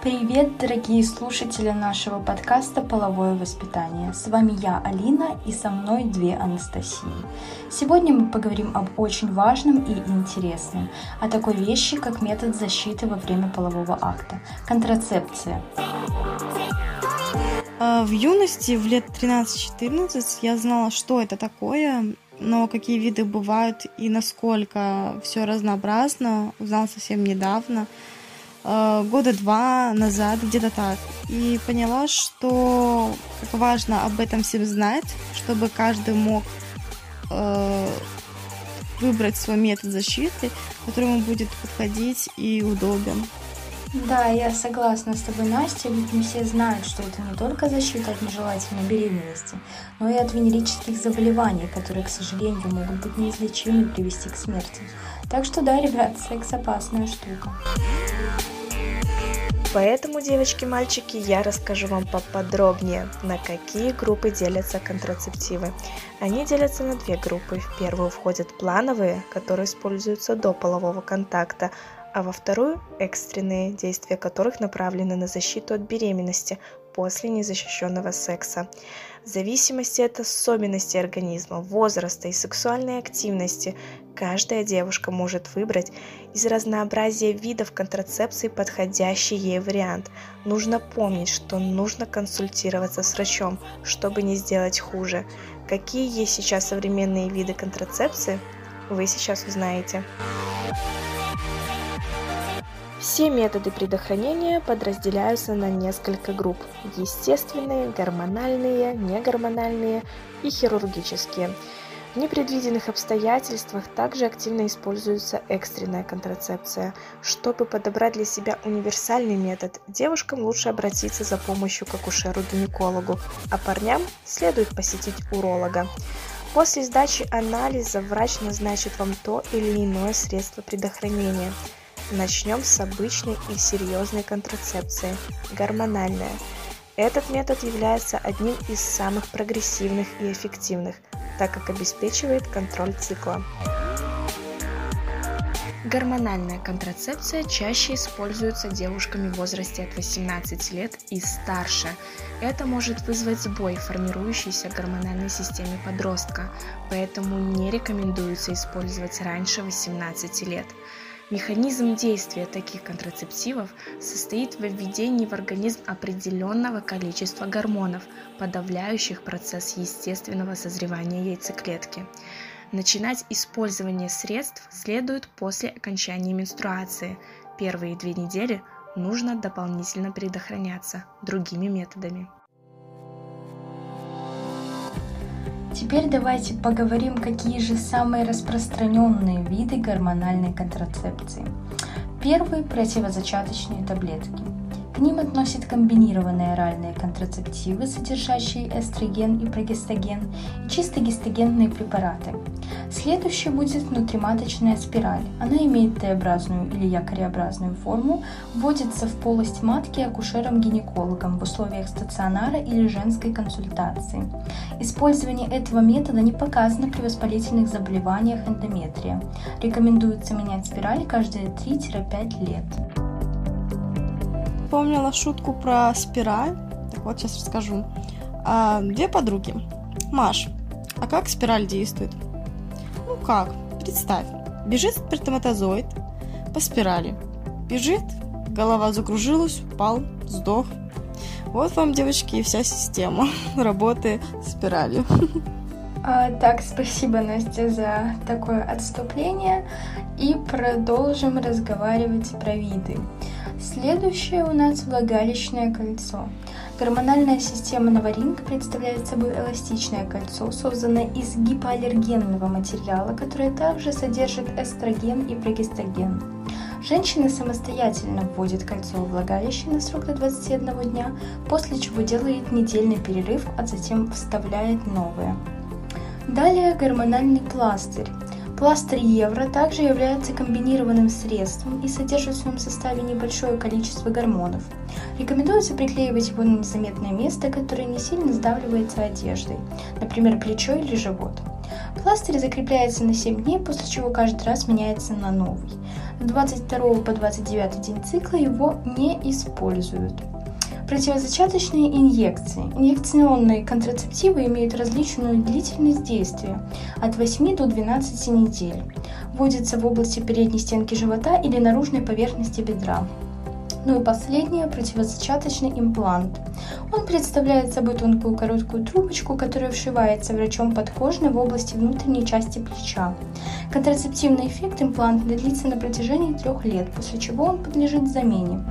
Привет, дорогие слушатели нашего подкаста «Половое воспитание». С вами я, Алина, и со мной две Анастасии. Сегодня мы поговорим об очень важном и интересном, о такой вещи, как метод защиты во время полового акта – контрацепция. В юности, в лет 13-14, я знала, что это такое, но какие виды бывают и насколько все разнообразно, узнала совсем недавно, года 2 назад, где-то так. И поняла, что как важно об этом всем знать, чтобы каждый мог выбрать свой метод защиты, который ему будет подходить и удобен. Да, я согласна с тобой, Настя, ведь не все знают, что это не только защита от нежелательной беременности, но и от венерических заболеваний, которые, к сожалению, могут быть неизлечимы и привести к смерти. Так что да, ребят, секс опасная штука. Поэтому, девочки, мальчики, я расскажу вам поподробнее, на какие группы делятся контрацептивы. Они делятся на две группы. В первую входят плановые, которые используются до полового контакта, а во вторую – экстренные, действия которых направлены на защиту от беременности после незащищенного секса. В зависимости от особенностей организма, возраста и сексуальной активности, каждая девушка может выбрать из разнообразия видов контрацепции подходящий ей вариант. Нужно помнить, что нужно консультироваться с врачом, чтобы не сделать хуже. Какие есть сейчас современные виды контрацепции, вы сейчас узнаете. Все методы предохранения подразделяются на несколько групп – естественные, гормональные, негормональные и хирургические. В непредвиденных обстоятельствах также активно используется экстренная контрацепция. Чтобы подобрать для себя универсальный метод, девушкам лучше обратиться за помощью к акушеру-гинекологу, а парням следует посетить уролога. После сдачи анализа врач назначит вам то или иное средство предохранения. Начнем с обычной и серьезной контрацепции – гормональная. Этот метод является одним из самых прогрессивных и эффективных, так как обеспечивает контроль цикла. Гормональная контрацепция чаще используется девушками в возрасте от 18 лет и старше. Это может вызвать сбой в формирующейся гормональной системе подростка, поэтому не рекомендуется использовать раньше 18 лет. Механизм действия таких контрацептивов состоит в введении в организм определенного количества гормонов, подавляющих процесс естественного созревания яйцеклетки. Начинать использование средств следует после окончания менструации. Первые 2 недели нужно дополнительно предохраняться другими методами. Теперь давайте поговорим, какие же самые распространенные виды гормональной контрацепции. Первый – противозачаточные таблетки. К ним относят комбинированные оральные контрацептивы, содержащие эстроген и прогестаген, и чисто гистогенные препараты. Следующей будет внутриматочная спираль. Она имеет Т-образную или якореобразную форму, вводится в полость матки акушером-гинекологом в условиях стационара или женской консультации. Использование этого метода не показано при воспалительных заболеваниях эндометрия. Рекомендуется менять спираль каждые 3-5 лет. Вспомнила шутку про спираль, так вот сейчас расскажу. 2 подруги. Маш, а как спираль действует? Ну как, представь, бежит сперматозоид по спирали. Бежит, голова закружилась, упал, сдох. Вот вам, девочки, и вся система работы спирали. Так, спасибо, Настя, за такое отступление. И продолжим разговаривать про виды. Следующее у нас влагалищное кольцо. Гормональная система Новоринг представляет собой эластичное кольцо, созданное из гипоаллергенного материала, которое также содержит эстроген и прогестаген. Женщина самостоятельно вводит кольцо в влагалище на срок до 21 дня, после чего делает недельный перерыв, а затем вставляет новое. Далее гормональный пластырь. Пластырь Евро также является комбинированным средством и содержит в своем составе небольшое количество гормонов. Рекомендуется приклеивать его на незаметное место, которое не сильно сдавливается одеждой, например, плечо или живот. Пластырь закрепляется на 7 дней, после чего каждый раз меняется на новый. С 22 по 29 день цикла его не используют. Противозачаточные инъекции. Инъекционные контрацептивы имеют различную длительность действия от 8 до 12 недель. Вводятся в области передней стенки живота или наружной поверхности бедра. Ну и последнее – противозачаточный имплант. Он представляет собой тонкую короткую трубочку, которая вшивается врачом подкожно в области внутренней части плеча. Контрацептивный эффект импланта длится на протяжении 3 лет, после чего он подлежит замене.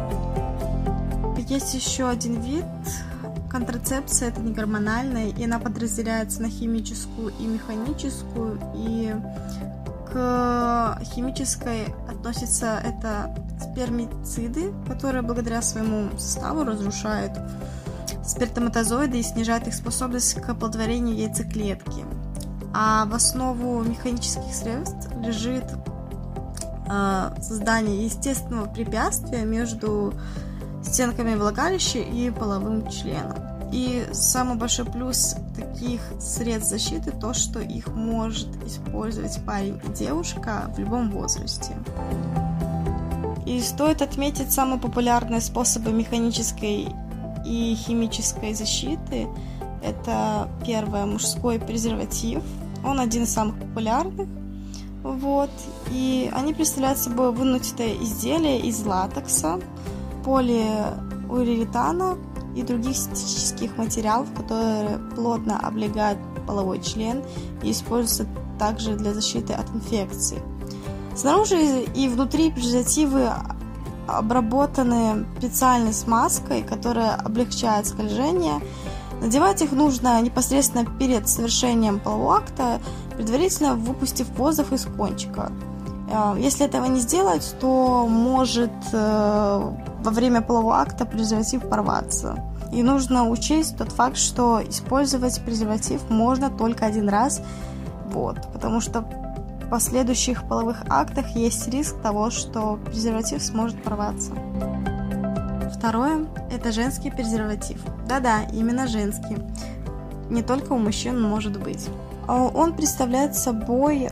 Есть еще один вид контрацепции, это не гормональная, и она подразделяется на химическую и механическую, и к химической относятся это спермициды, которые благодаря своему составу разрушают сперматозоиды и снижают их способность к оплодотворению яйцеклетки. А в основу механических средств лежит создание естественного препятствия между стенками влагалища и половым членом. И самый большой плюс таких средств защиты то, что их может использовать парень и девушка в любом возрасте. И стоит отметить самые популярные способы механической и химической защиты. Это первое, мужской презерватив. Он один из самых популярных. Вот. И они представляют собой вынутое изделие из латекса, полиуретана и других синтетических материалов, которые плотно облегают половой член и используются также для защиты от инфекций. Снаружи и внутри презервативы обработаны специальной смазкой, которая облегчает скольжение. Надевать их нужно непосредственно перед совершением полового акта, предварительно выпустив воздух из кончика. Если этого не сделать, то может во время полового акта презерватив порваться. И нужно учесть тот факт, что использовать презерватив можно только один раз, потому что в последующих половых актах есть риск того, что презерватив сможет порваться. Второе – это женский презерватив. Да-да, именно женский. Не только у мужчин может быть. Он представляет собой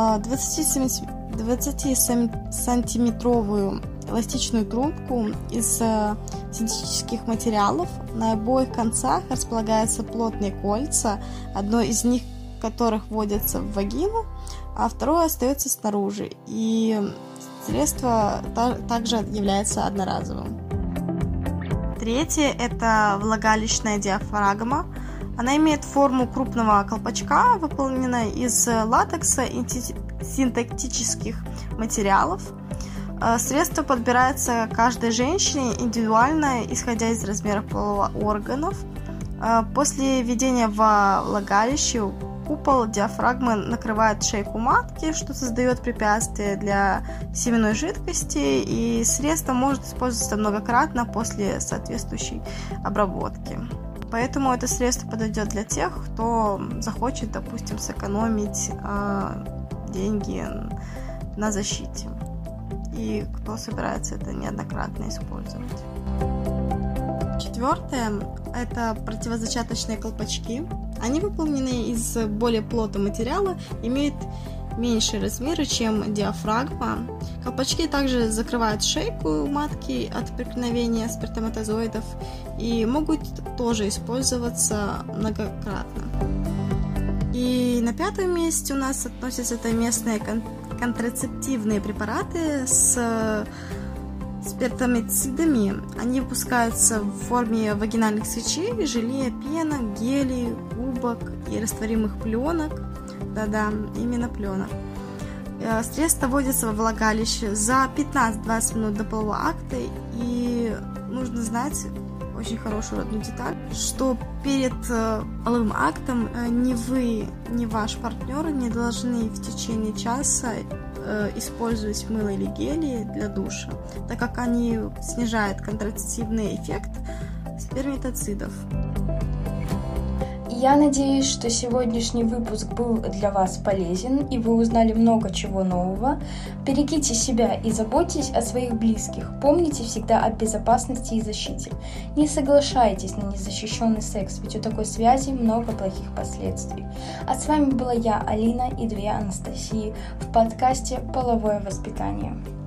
20-сантиметровую эластичную трубку из синтетических материалов. На обоих концах располагаются плотные кольца, одно из них которых вводится в вагину, а второе остается снаружи. И средство также является одноразовым. Третье – это влагалищная диафрагма. Она имеет форму крупного колпачка, выполнена из латекса и синтетических материалов. Средство подбирается каждой женщине индивидуально, исходя из размеров половых органов. После введения во влагалище купол диафрагмы накрывает шейку матки, что создает препятствие для семенной жидкости, и средство может использоваться многократно после соответствующей обработки. Поэтому это средство подойдет для тех, кто захочет, допустим, сэкономить деньги на защите, и кто собирается это неоднократно использовать. Четвертое – это противозачаточные колпачки. Они выполнены из более плотного материала, имеют меньшие размеры, чем диафрагма. Колпачки также закрывают шейку матки от проникновения сперматозоидов и могут тоже использоваться многократно. И на 5-м месте у нас относятся это местные контрацептивные препараты с спермицидами. Они выпускаются в форме вагинальных свечей, желе, пена, гелей, губок и растворимых пленок. Да-да, именно пленок. Средства вводятся во влагалище за 15-20 минут до полового акта, и нужно знать очень хорошую одну деталь, что перед половым актом ни вы, ни ваш партнер не должны в течение часа использовать мыло или гели для душа, так как они снижают контрацептивный эффект сперматозоидов. И Я надеюсь, что сегодняшний выпуск был для вас полезен, и вы узнали много чего нового. Берегите себя и заботьтесь о своих близких. Помните всегда о безопасности и защите. Не соглашайтесь на незащищенный секс, ведь у такой связи много плохих последствий. А с вами была я, Алина, и две Анастасии в подкасте «Половое воспитание».